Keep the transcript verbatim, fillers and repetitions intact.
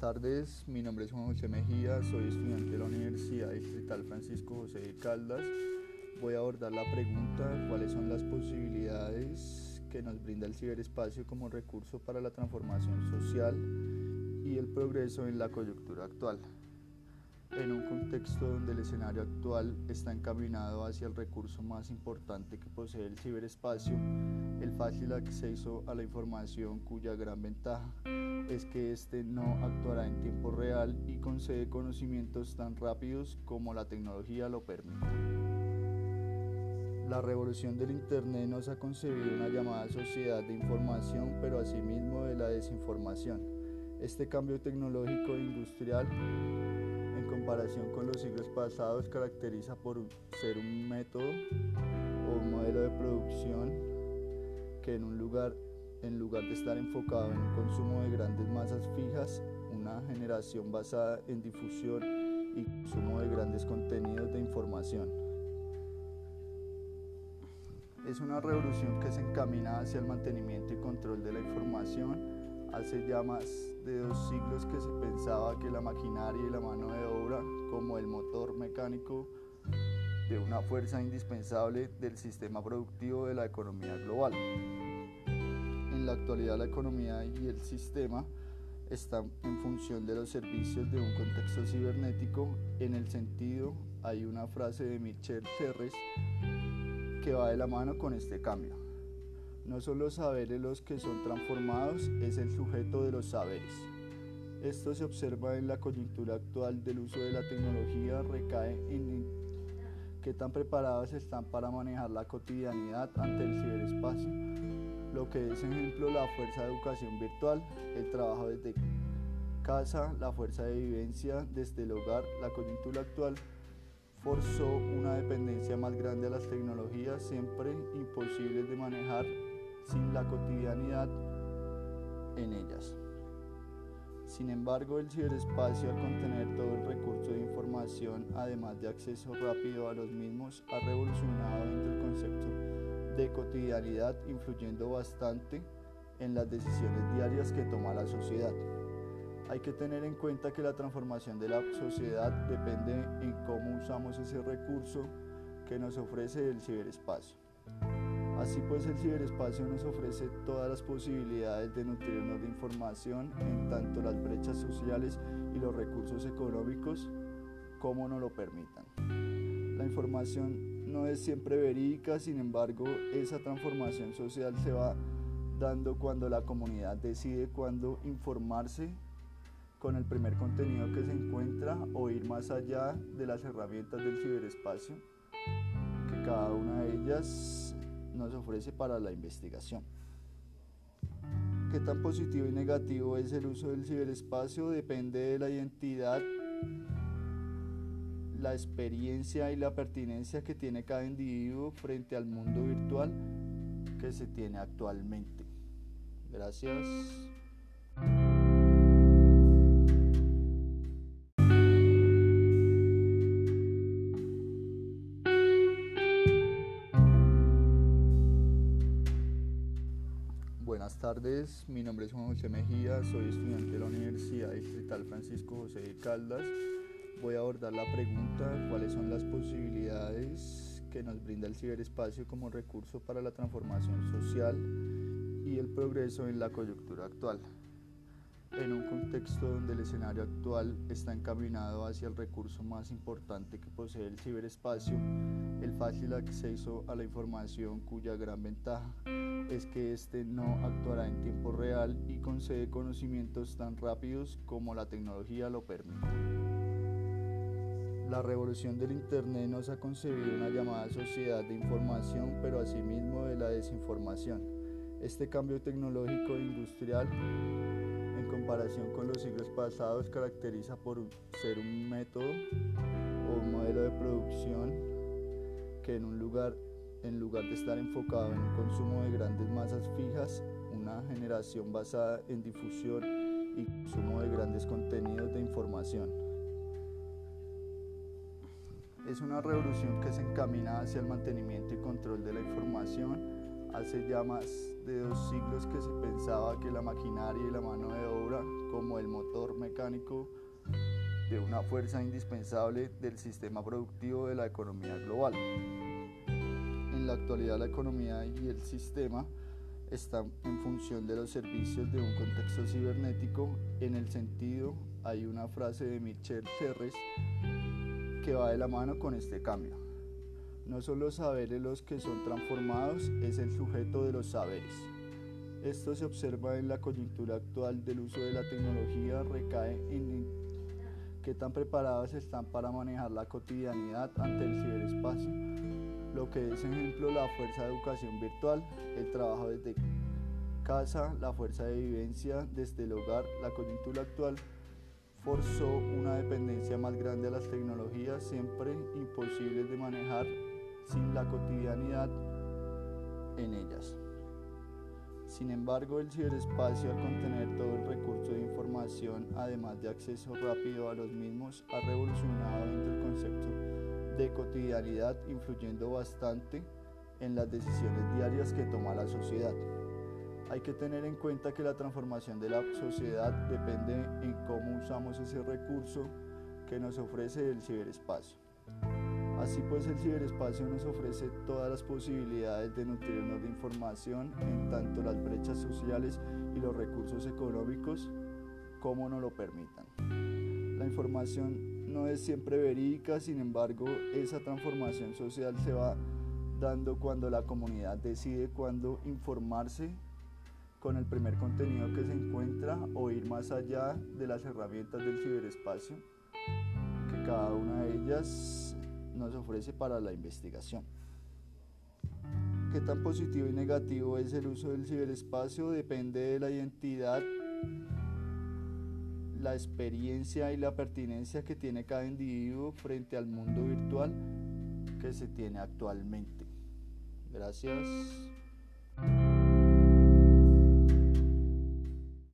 tardes, mi nombre es Juan José Mejía, soy estudiante de la Universidad Distrital Francisco José de Caldas. Voy a abordar la pregunta: ¿cuáles son las posibilidades que nos brinda el ciberespacio como recurso para la transformación social y el progreso en la coyuntura actual? En un contexto donde el escenario actual está encaminado hacia el recurso más importante que posee el ciberespacio, el fácil acceso a la información, cuya gran ventaja es que éste no actuará en tiempo real y concede conocimientos tan rápidos como la tecnología lo permite. La revolución del Internet nos ha concebido una llamada sociedad de información, pero asimismo de la desinformación. Este cambio tecnológico e industrial, en comparación con los siglos pasados, caracteriza por ser un método o un modelo de producción que en un lugar, en lugar de estar enfocado en un consumo de grandes masas fijas, una generación basada en difusión y consumo de grandes contenidos de información. Es una revolución que se encamina hacia el mantenimiento y control de la información. Hace ya más de dos siglos que se pensaba que la maquinaria y la mano de obra, como el motor mecánico de una fuerza indispensable del sistema productivo de la economía global. En la actualidad, la economía y el sistema están en función de los servicios de un contexto cibernético. En el sentido, hay una frase de Michel Serres que va de la mano con este cambio. No son los saberes los que son transformados, es el sujeto de los saberes. Esto se observa en la coyuntura actual del uso de la tecnología, recae en qué tan preparados están para manejar la cotidianidad ante el ciberespacio, lo que es ejemplo la fuerza de educación virtual, el trabajo desde casa, la fuerza de vivencia desde el hogar. La coyuntura actual forzó una dependencia más grande a las tecnologías, siempre imposibles de manejar sin la cotidianidad en ellas. Sin embargo, el ciberespacio, al contener todo el recurso de información, además de acceso rápido a los mismos, ha revolucionado dentro del concepto de cotidianidad, influyendo bastante en las decisiones diarias que toma la sociedad. Hay que tener en cuenta que la transformación de la sociedad depende en cómo usamos ese recurso que nos ofrece el ciberespacio. Así pues, el ciberespacio nos ofrece todas las posibilidades de nutrirnos de información, en tanto las brechas sociales y los recursos económicos como nos lo permitan. La información no es siempre verídica, sin embargo, esa transformación social se va dando cuando la comunidad decide cuándo informarse con el primer contenido que se encuentra o ir más allá de las herramientas del ciberespacio que cada una de ellas nos ofrece para la investigación. ¿Qué tan positivo y negativo es el uso del ciberespacio? Depende de la identidad, la experiencia y la pertinencia que tiene cada individuo frente al mundo virtual que se tiene actualmente. Gracias. Buenas tardes, mi nombre es Juan José Mejía, soy estudiante de la Universidad Distrital Francisco José de Caldas. Voy a abordar la pregunta: ¿cuáles son las posibilidades que nos brinda el ciberespacio como recurso para la transformación social y el progreso en la coyuntura actual? En un contexto donde el escenario actual está encaminado hacia el recurso más importante que posee el ciberespacio, el fácil acceso a la información, cuya gran ventaja es que éste no actuará en tiempo real y concede conocimientos tan rápidos como la tecnología lo permite. La revolución del Internet nos ha concebido una llamada sociedad de información, pero asimismo de la desinformación. Este cambio tecnológico e industrial, en comparación con los siglos pasados, caracteriza por ser un método o un modelo de producción que en un lugar, en lugar de estar enfocado en un consumo de grandes masas fijas, una generación basada en difusión y consumo de grandes contenidos de información. Es una revolución que se encamina hacia el mantenimiento y control de la información. Hace ya más de dos siglos que se pensaba que la maquinaria y la mano de obra, como el motor mecánico de una fuerza indispensable del sistema productivo de la economía global. En la actualidad la economía y el sistema están en función de los servicios de un contexto cibernético. En el sentido, hay una frase de Michel Serres que va de la mano con este cambio. No son los saberes los que son transformados, es el sujeto de los saberes. Esto se observa en la coyuntura actual del uso de la tecnología, recae en qué tan preparados están para manejar la cotidianidad ante el ciberespacio, lo que es ejemplo la fuerza de educación virtual, el trabajo desde casa, la fuerza de vivencia desde el hogar. La coyuntura actual forzó una dependencia más grande a las tecnologías, siempre imposibles de manejar sin la cotidianidad en ellas. Sin embargo, el ciberespacio, al contener todo el recurso de información, además de acceso rápido a los mismos, ha revolucionado dentro del concepto de cotidianidad, influyendo bastante en las decisiones diarias que toma la sociedad. Hay que tener en cuenta que la transformación de la sociedad depende en cómo usamos ese recurso que nos ofrece el ciberespacio. Así pues, el ciberespacio nos ofrece todas las posibilidades de nutrirnos de información, en tanto las brechas sociales y los recursos económicos como nos lo permitan. La información no es siempre verídica, sin embargo, esa transformación social se va dando cuando la comunidad decide cuándo informarse con el primer contenido que se encuentra o ir más allá de las herramientas del ciberespacio que cada una de ellas nos ofrece para la investigación. ¿Qué tan positivo y negativo es el uso del ciberespacio? Depende de la identidad, la experiencia y la pertinencia que tiene cada individuo frente al mundo virtual que se tiene actualmente. Gracias.